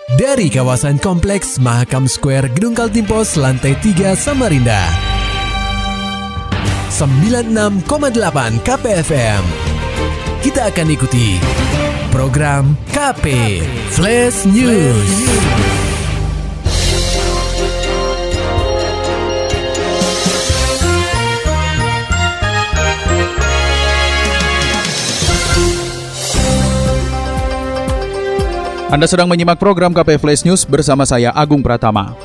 Dari kawasan Kompleks Mahakam Square Gedung Kaltimpos Lantai 3 Samarinda 96,8 KPFM. Kita akan ikuti program KP Flash News. Anda sedang menyimak program KP Flash News bersama saya Agung Pratama.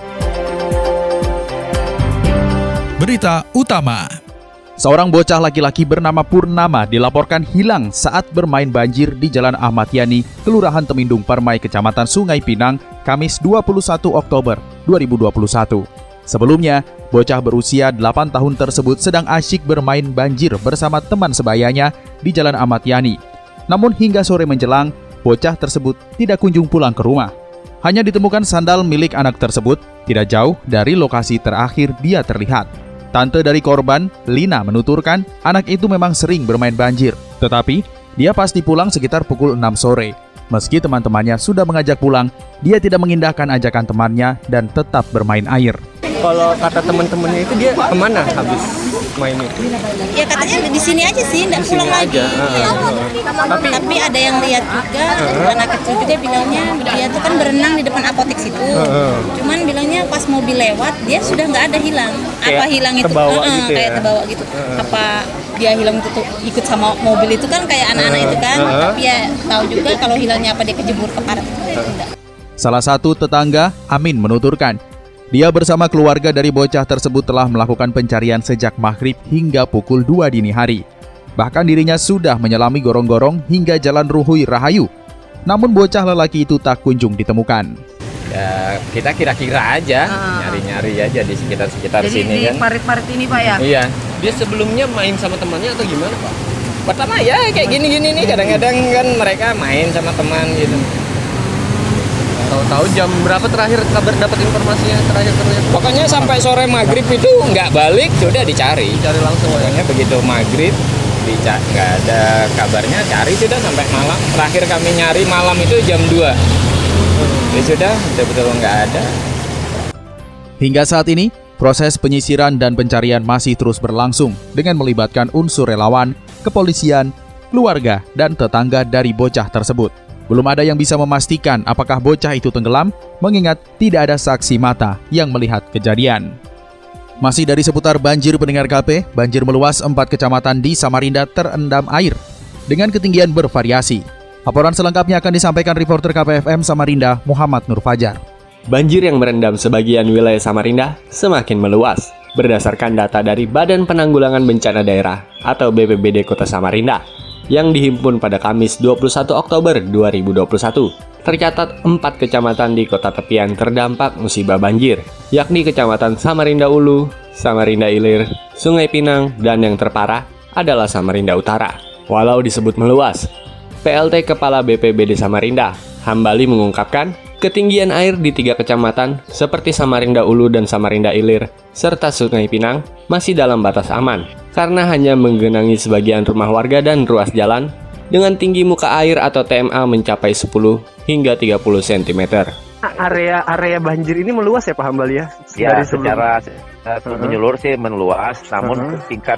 Berita utama. Seorang bocah laki-laki bernama Purnama dilaporkan hilang saat bermain banjir di Jalan Ahmad Yani, Kelurahan Temindung Permai, Kecamatan Sungai Pinang, Kamis 21 Oktober 2021. Sebelumnya, bocah berusia 8 tahun tersebut sedang asyik bermain banjir bersama teman sebayanya di Jalan Ahmad Yani. Namun hingga sore menjelang, bocah tersebut tidak kunjung pulang ke rumah. Hanya ditemukan sandal milik anak tersebut tidak jauh dari lokasi terakhir dia terlihat. Tante dari korban, Lina, menuturkan anak itu memang sering bermain banjir. Tetapi, dia pasti pulang sekitar pukul 6 sore. Meski teman-temannya sudah mengajak pulang, dia tidak mengindahkan ajakan temannya dan tetap bermain air. Kalau kata teman-temannya itu dia kemana habis main itu? Ya katanya di sini aja sih, nggak pulang lagi. Ya. Tapi ada yang lihat juga, anak kecil dia bilangnya dia tuh kan berenang di depan apotek situ. Cuman bilangnya pas mobil lewat dia sudah nggak ada hilang. Apa hilang itu? Terbawa gitu kayak terbawa gitu. Apa dia hilang itu tuh ikut sama mobil itu kan kayak anak-anak itu kan. Tapi ya tahu juga kalau hilangnya apa dia kejebur ke parit. Salah satu tetangga, Amin, menuturkan dia bersama keluarga dari bocah tersebut telah melakukan pencarian sejak maghrib hingga pukul 2 dini hari. Bahkan dirinya sudah menyelami gorong-gorong hingga Jalan Ruhui Rahayu. Namun bocah lelaki itu tak kunjung ditemukan. Ya, kita kira-kira aja, nyari-nyari aja di sekitar sini kan. Jadi di parit-parit ini Pak ya? Iya. Dia sebelumnya main sama temannya atau gimana Pak? Pertama ya kayak gini-gini nih, kadang-kadang kan mereka main sama teman gitu. Tahu-tahu jam berapa terakhir kabar dapat informasinya terakhir? Pokoknya sampai sore maghrib itu nggak balik, sudah dicari. Cari langsung. Pokoknya begitu maghrib nggak ada kabarnya, cari sudah sampai malam. Terakhir kami nyari malam itu jam 2. Ya sudah, betul-betul nggak ada. Hingga saat ini, proses penyisiran dan pencarian masih terus berlangsung dengan melibatkan unsur relawan, kepolisian, keluarga, dan tetangga dari bocah tersebut. Belum ada yang bisa memastikan apakah bocah itu tenggelam, mengingat tidak ada saksi mata yang melihat kejadian. Masih dari seputar banjir pendengar KP, banjir meluas 4 kecamatan di Samarinda terendam air dengan ketinggian bervariasi. Laporan selengkapnya akan disampaikan reporter KPFM Samarinda, Muhammad Nur Fajar. Banjir yang merendam sebagian wilayah Samarinda semakin meluas. Berdasarkan data dari Badan Penanggulangan Bencana Daerah atau BPBD Kota Samarinda, yang dihimpun pada Kamis 21 Oktober 2021. Tercatat 4 kecamatan di kota tepian terdampak musibah banjir, yakni Kecamatan Samarinda Ulu, Samarinda Ilir, Sungai Pinang, dan yang terparah adalah Samarinda Utara. Walau disebut meluas, PLT Kepala BPBD Samarinda, Hambali, mengungkapkan ketinggian air di 3 kecamatan seperti Samarinda Ulu dan Samarinda Ilir, serta Sungai Pinang masih dalam batas aman, karena hanya menggenangi sebagian rumah warga dan ruas jalan dengan tinggi muka air atau TMA mencapai 10 hingga 30 cm. Area banjir ini meluas ya Pak Hambali ya? Ya, secara menyeluruh sih meluas, namun tingkat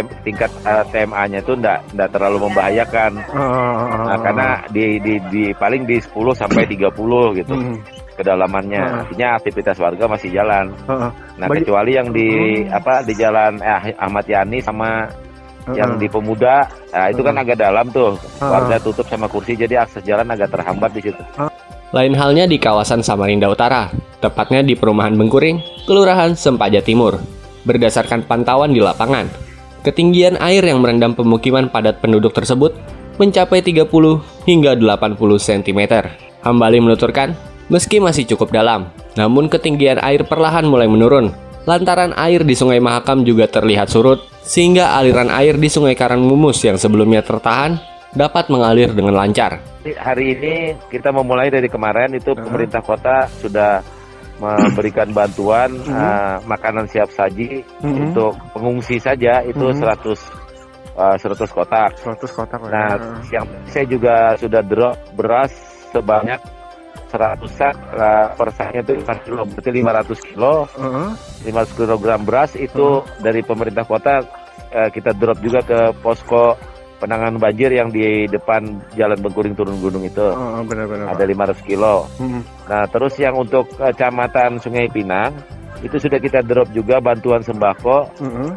TMA-nya itu enggak terlalu membahayakan. Karena di paling di 10 sampai 30 gitu. Kedalamannya, artinya aktivitas warga masih jalan. Nah, kecuali yang di Jalan Ahmad Yani sama yang di Pemuda, itu kan agak dalam tuh. Warga tutup sama kursi, jadi akses jalan agak terhambat di situ. Lain halnya di kawasan Samarinda Utara, tepatnya di Perumahan Bengkuring, Kelurahan Sempaja Timur. Berdasarkan pantauan di lapangan, ketinggian air yang merendam pemukiman padat penduduk tersebut mencapai 30 hingga 80 cm. Hambali menuturkan, meski masih cukup dalam, namun ketinggian air perlahan mulai menurun. Lantaran air di Sungai Mahakam juga terlihat surut, sehingga aliran air di Sungai Karangmumus yang sebelumnya tertahan dapat mengalir dengan lancar. Hari ini kita memulai dari kemarin itu pemerintah kota sudah memberikan bantuan makanan siap saji untuk pengungsi saja itu 100 kotak. 100 kotak. Nah, yang saya juga sudah drop beras sebanyak 100 sak per saknya itu 5 kilo, berarti 500 kilo. 500 kilogram beras itu dari pemerintah kota kita drop juga ke posko penanganan banjir yang di depan Jalan Bengkuring turun gunung itu. Benar-benar. Ada 500 kilo. Nah, terus yang untuk Kecamatan Sungai Pinang itu sudah kita drop juga bantuan sembako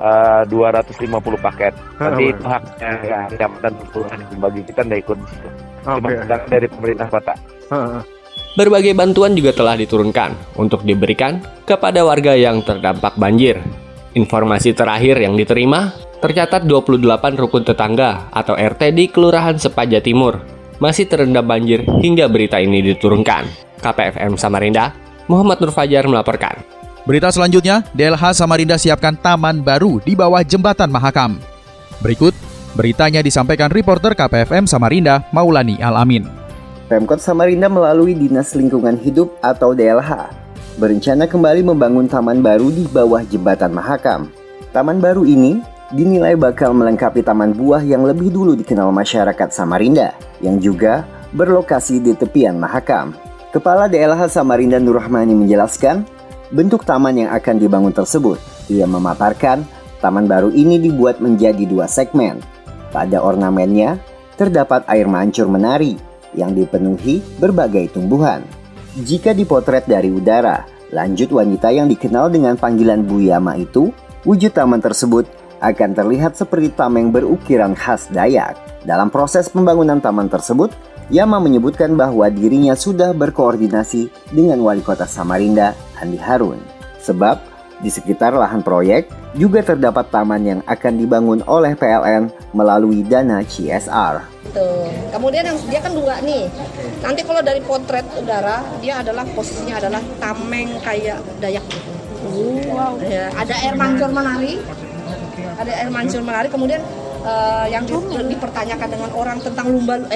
250 paket. Nanti itu haknya Kecamatan Kelurahan bagi kita tidak ikut di situ. Cuma dari pemerintah kota. Berbagai bantuan juga telah diturunkan untuk diberikan kepada warga yang terdampak banjir. Informasi terakhir yang diterima, tercatat 28 rukun tetangga atau RT di Kelurahan Sepaja Timur masih terendam banjir hingga berita ini diturunkan. KPFM Samarinda, Muhammad Nur Fajar melaporkan. Berita selanjutnya, DLH Samarinda siapkan taman baru di bawah jembatan Mahakam. Berikut, beritanya disampaikan reporter KPFM Samarinda, Maulani Al-Amin. Pemkot Samarinda melalui Dinas Lingkungan Hidup atau DLH berencana kembali membangun taman baru di bawah jembatan Mahakam. Taman baru ini dinilai bakal melengkapi taman buah yang lebih dulu dikenal masyarakat Samarinda, yang juga berlokasi di tepian Mahakam. Kepala DLH Samarinda Nur Rahmani menjelaskan, bentuk taman yang akan dibangun tersebut. Ia memaparkan, taman baru ini dibuat menjadi 2 segmen. Pada ornamennya, terdapat air mancur menari yang dipenuhi berbagai tumbuhan. Jika dipotret dari udara, lanjut wanita yang dikenal dengan panggilan Bu Yama itu, wujud taman tersebut akan terlihat seperti tameng berukiran khas Dayak. Dalam proses pembangunan taman tersebut, Yama menyebutkan bahwa dirinya sudah berkoordinasi dengan Wali Kota Samarinda, Andi Harun. Sebab di sekitar lahan proyek juga terdapat taman yang akan dibangun oleh PLN melalui dana CSR. Tuh. Kemudian yang dia kan 2 nih. Nanti kalau dari potret udara, dia adalah posisinya adalah tameng kayak Dayak. Wow. Ya, ada air mancur menari. Ada air mancur menari. Kemudian yang dipertanyakan dengan orang tentang lumba-lumba.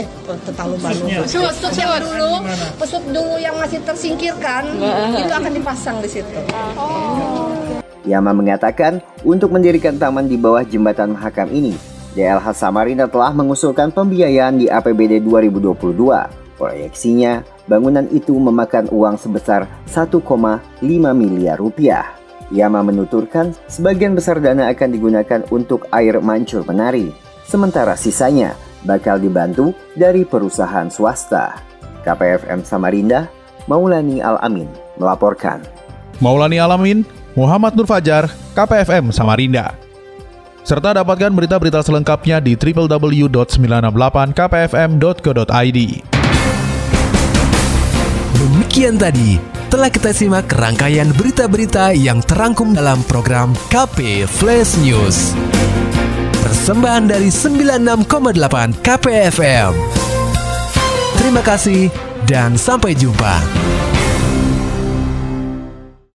Pesut dulu yang masih tersingkirkan, itu akan dipasang di situ. Yama mengatakan, untuk mendirikan taman di bawah jembatan Mahakam ini, DLH Samarinda telah mengusulkan pembiayaan di APBD 2022. Proyeksinya, bangunan itu memakan uang sebesar 1,5 miliar rupiah. Yama menuturkan sebagian besar dana akan digunakan untuk air mancur menari, sementara sisanya bakal dibantu dari perusahaan swasta. KPFM Samarinda, Maulani Al-Amin melaporkan. Maulani Al-Amin, Muhammad Nur Fajar, KPFM Samarinda. Serta dapatkan berita-berita selengkapnya di www.968kpfm.co.id. Demikian tadi telah kita simak rangkaian berita-berita yang terangkum dalam program KP Flash News. Persembahan dari 96,8 KPFM. Terima kasih dan sampai jumpa.